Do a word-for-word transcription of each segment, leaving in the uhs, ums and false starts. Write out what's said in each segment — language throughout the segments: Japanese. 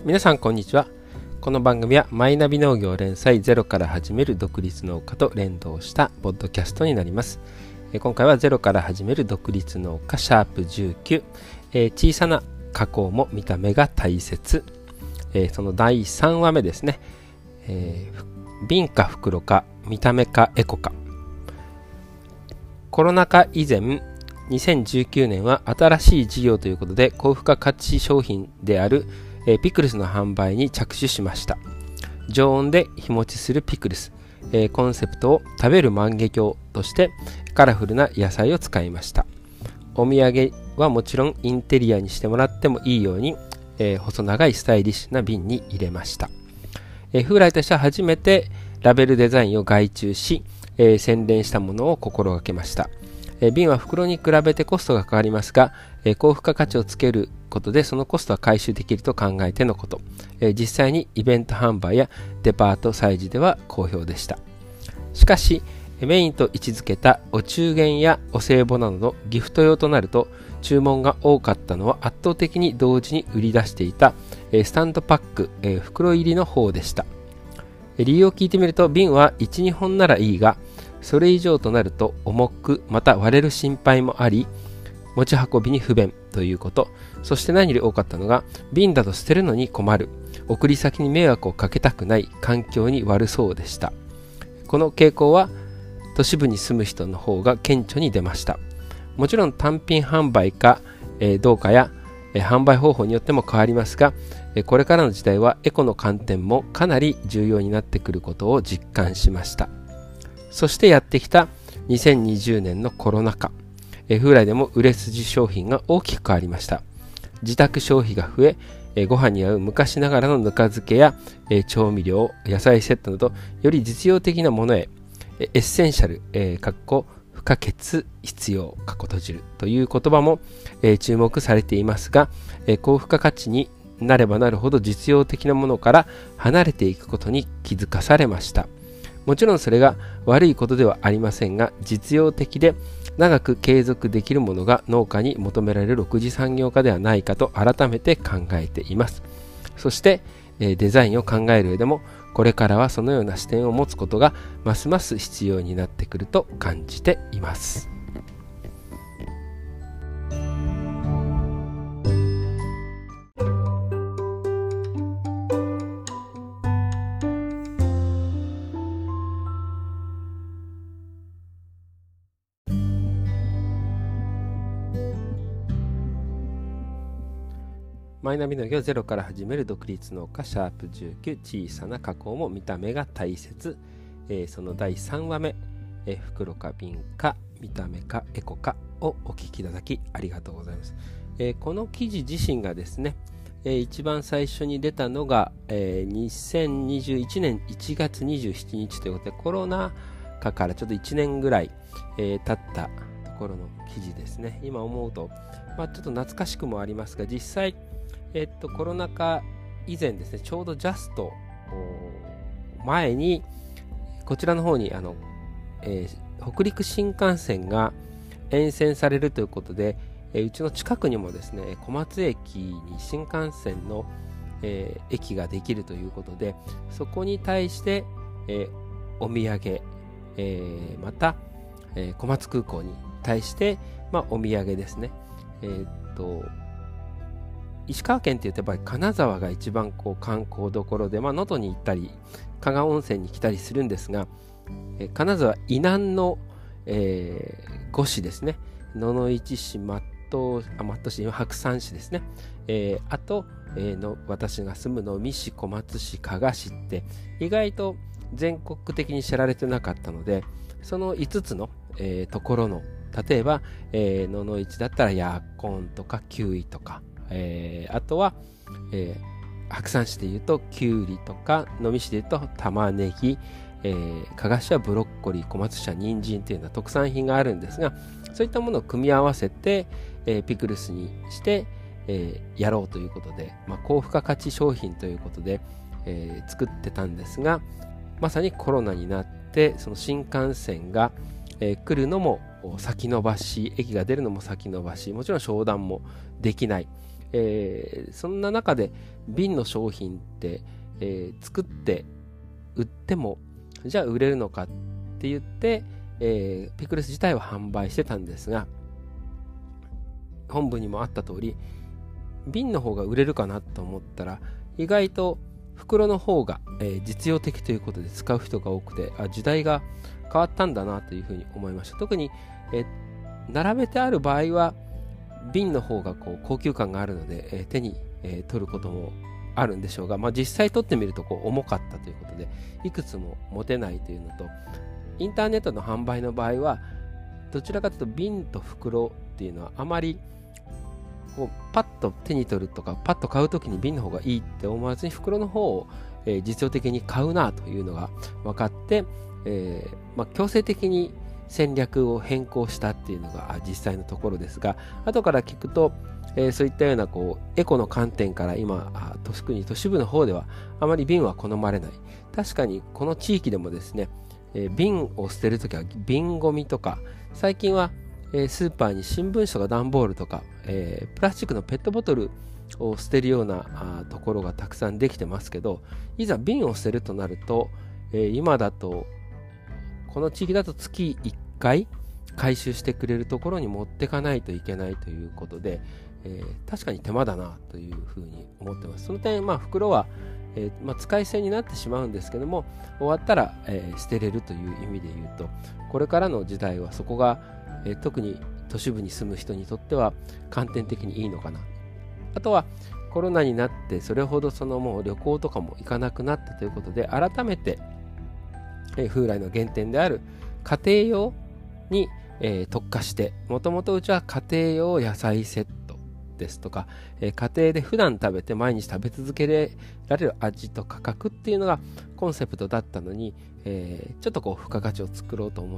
皆さんこんにちは。この番組はマイナビ農業連載ゼロから始める独立農家と連動したポッドキャストになります。今回はゼロから始める独立農家シャープじゅうきゅう、えー、小さな加工も見た目が大切、えー、そのだいさんわめですね。えー、瓶か袋か見た目かエコか。コロナ禍以前にせんじゅうきゅうねんは新しい事業ということで高付加価値商品であるえー、ピクルスの販売に着手しました。常温で日持ちするピクルス、えー、コンセプトを食べる万華鏡としてカラフルな野菜を使いました。お土産はもちろんインテリアにしてもらってもいいように、えー、細長いスタイリッシュな瓶に入れました。えー、風来としては初めてラベルデザインを外注し、えー、洗練したものを心がけました。えー、瓶は袋に比べてコストがかかりますが、えー、高付加価値をつけることでそのコストは回収できると考えてのこと、えー、実際にイベント販売やデパート催事では好評でした。しかしメインと位置づけたお中元やお歳暮などのギフト用となると注文が多かったのは圧倒的に同時に売り出していた、えー、スタンドパック、えー、袋入りの方でした。理由を聞いてみると瓶は いちにほんならいいがそれ以上となると重くまた割れる心配もあり持ち運びに不便ということ、そして何より多かったのが瓶だと捨てるのに困る、送り先に迷惑をかけたくない、環境に悪そうでした。この傾向は都市部に住む人の方が顕著に出ました。もちろん単品販売か、えー、どうかや、えー、販売方法によっても変わりますが、えー、これからの時代はエコの観点もかなり重要になってくることを実感しました。そしてやってきたにせんにじゅうねんのコロナ禍、えー、風来でも売れ筋商品が大きく変わりました。自宅消費が増え、えー、ご飯に合う昔ながらのぬか漬けや、えー、調味料、野菜セットなどより実用的なものへ、えー、エッセンシャル、えー、かっこ不可欠必要かっこ閉じるという言葉も、えー、注目されていますが、えー、高付加価値になればなるほど実用的なものから離れていくことに気づかされました。もちろんそれが悪いことではありませんが、実用的で長く継続できるものが農家に求められるろく次産業化ではないかと改めて考えています。そしてデザインを考える上でもこれからはそのような視点を持つことがますます必要になってくると感じています。マイナビ農業ゼロから始める独立農家シャープじゅうきゅう、小さな加工も見た目が大切、えー、そのだいさんわめ、えー、袋か瓶か見た目かエコかをお聞きいただきありがとうございます。えー、この記事自身がですね、えー、一番最初に出たのが、えー、にせんにじゅういちねんいちがつにじゅうしちにちということでコロナ禍からちょっといちねんぐらい、えー、経ったところの記事ですね。今思うと、まあ、ちょっと懐かしくもありますが実際えっと、コロナ禍以前ですね、ちょうどジャスト前にこちらの方にあの、えー、北陸新幹線が沿線されるということで、えー、うちの近くにもですね小松駅に新幹線の、えー、駅ができるということでそこに対して、えー、お土産、えー、また、えー、小松空港に対して、まあ、お土産ですね、えー、っと石川県っていうとやっぱり金沢が一番こう観光どころで、まあ、能登に行ったり加賀温泉に来たりするんですが、え金沢以南の、えー、ご市ですね、野々市市、松戸あ松戸市、白山市ですね、えー、あと、えー、の私が住む能美市、小松市、加賀市って意外と全国的に知られてなかったのでそのいつつの、えー、ところの例えば、えー、野々市だったらヤーコンとかキウイとかえー、あとは、えー、白山市でいうときゅうりとか能美市でいうと玉ねぎ、えー、加賀市はブロッコリー、小松市は人参というような特産品があるんですがそういったものを組み合わせて、えー、ピクルスにして、えー、やろうということで、まあ、高付加価値商品ということで、えー、作ってたんですがまさにコロナになってその新幹線が、えー、来るのも先延ばし、駅が出るのも先延ばし、もちろん商談もできない、 えー、そんな中で瓶の商品って、えー、作って売ってもじゃあ売れるのかって言って、えー、ピクルス自体は販売してたんですが、本文にもあった通り瓶の方が売れるかなと思ったら意外と袋の方が、えー、実用的ということで使う人が多くて、あ、時代が変わったんだなというふうに思いました。特に、えー、並べてある場合は瓶の方がこう高級感があるので、えー、手に、えー、取ることもあるんでしょうが、まあ、実際取ってみるとこう重かったということでいくつも持てないというのと、インターネットの販売の場合はどちらかというと瓶と袋っていうのはあまりこうパッと手に取るとかパッと買うときに瓶の方がいいって思わずに袋の方を、えー、実用的に買うなというのが分かって、えーまあ、強制的に戦略を変更したっていうのが実際のところですが、後から聞くと、えー、そういったようなこうエコの観点から今特に都市部の方ではあまり瓶は好まれない。確かにこの地域でもですね、えー、瓶を捨てるときは瓶ゴミとか、最近はスーパーに新聞紙とか段ボールとか、えー、プラスチックのペットボトルを捨てるようなところがたくさんできてますけど、いざ瓶を捨てるとなると、えー、今だとこの地域だと月いっかい回収してくれるところに持ってかないといけないということで、えー、確かに手間だなというふうに思ってます。その点、まあ、袋は、えーまあ、使い捨てになってしまうんですけども、終わったら、えー、捨てれるという意味で言うと、これからの時代はそこが、えー、特に都市部に住む人にとっては観点的にいいのかな。あとはコロナになってそれほどそのもう旅行とかも行かなくなったということで、改めて、えー、風来の原点である家庭用に、えー、特化して、もともとうちは家庭用野菜セットですとか、えー、家庭で普段食べて毎日食べ続けられる味と価格っていうのがコンセプトだったのに、えー、ちょっとこう付加価値を作ろうと思って、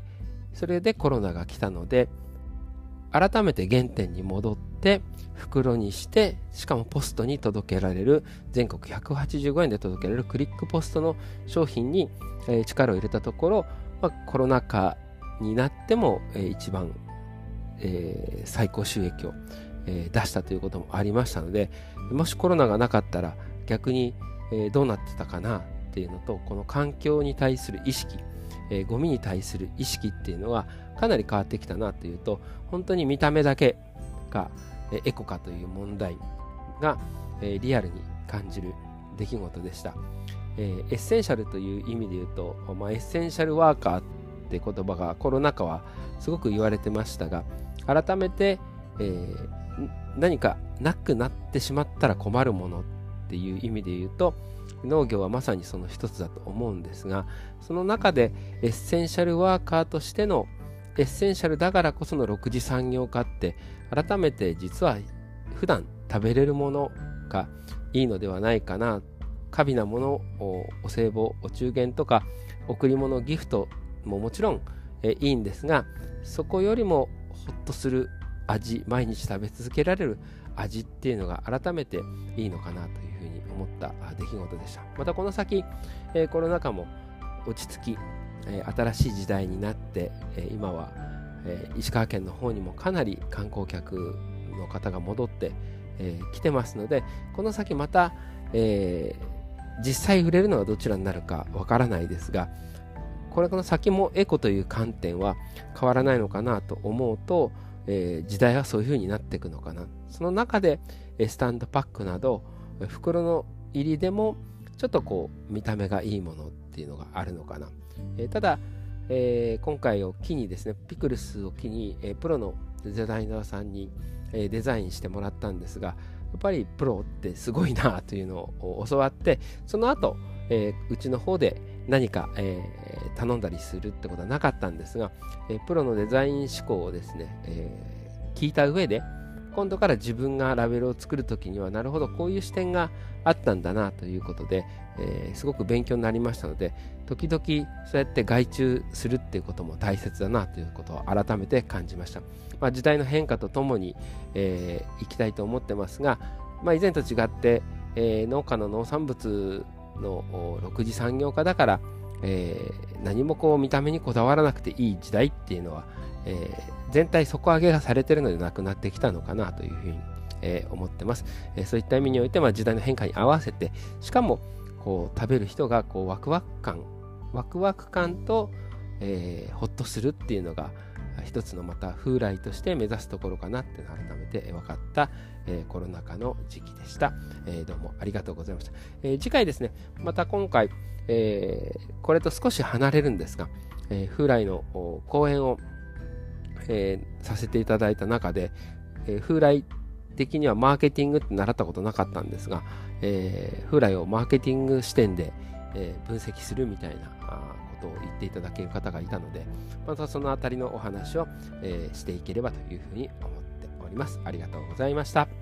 それでコロナが来たので改めて原点に戻って袋にして、しかもポストに届けられる、全国ひゃくはちじゅうごえんで届けられるクリックポストの商品に、えー、力を入れたところ、まあ、コロナ禍になっても、えー、一番、えー、最高収益を、えー、出したということもありましたので、もしコロナがなかったら逆に、えー、どうなってたかなっていうのと、この環境に対する意識、えー、ゴミに対する意識っていうのはかなり変わってきたなというと、本当に見た目だけが、えー、エコかという問題が、えー、リアルに感じる出来事でした。えー、エッセンシャルという意味で言うと、まあ、エッセンシャルワーカーって言葉がコロナ禍はすごく言われてましたが、改めて、えー、何かなくなってしまったら困るものっていう意味で言うと、農業はまさにその一つだと思うんですが、その中でエッセンシャルワーカーとしてのエッセンシャルだからこそのろく次産業化って、改めて実は普段食べれるものがいいのではないかな。過敏なものをお歳暮、お中元とか贈り物、ギフトももちろんえいいんですが、そこよりもホッとする味、毎日食べ続けられる味っていうのが改めていいのかなというふうに思った出来事でした。またこの先、えー、コロナ禍も落ち着き、えー、新しい時代になって、えー、今は、えー、石川県の方にもかなり観光客の方が戻って、えー、来てますので、この先また、えー、実際売れるのはどちらになるかわからないですが、これから先もエコという観点は変わらないのかなと思うと、えー、時代はそういう風になっていくのかな。その中でスタンドパックなど袋の入りでもちょっとこう見た目がいいものっていうのがあるのかな。えー、ただ、えー、今回を機にですね、ピクルスを機に、えー、プロのデザイナーさんに、えー、デザインしてもらったんですが、やっぱりプロってすごいなというのを教わって、その後、えー、うちの方で何か、えー、頼んだりするってことはなかったんですが、えー、プロのデザイン思考をですね、えー、聞いた上で、今度から自分がラベルを作るときには、なるほどこういう視点があったんだなということで、えー、すごく勉強になりましたので、時々そうやって外注するっていうことも大切だなということを改めて感じました。まあ、時代の変化とともに、えー、いきたいと思ってますが、まあ、以前と違って、えー、農家の農産物のろく次産業化だから、えー、何もこう見た目にこだわらなくていい時代っていうのは、えー、全体底上げがされているのでなくなってきたのかなというふうに、 えー、思ってます。えー、そういった意味において、まあ、時代の変化に合わせて、しかもこう食べる人がこうワクワク感ワクワク感と、えー、ほっとするっていうのが一つのまた風来として目指すところかなって改めて分かった、えー、コロナ禍の時期でした、えー、どうもありがとうございました。えー、次回ですね、また今回、えー、これと少し離れるんですが、えー、風来の講演を、えー、させていただいた中で、えー、風来的にはマーケティングって習ったことなかったんですが、えー、風来をマーケティング視点で、えー、分析するみたいなことを言っていただける方がいたので、またそのあたりのお話を、えー、していければというふうに思っております。ありがとうございました。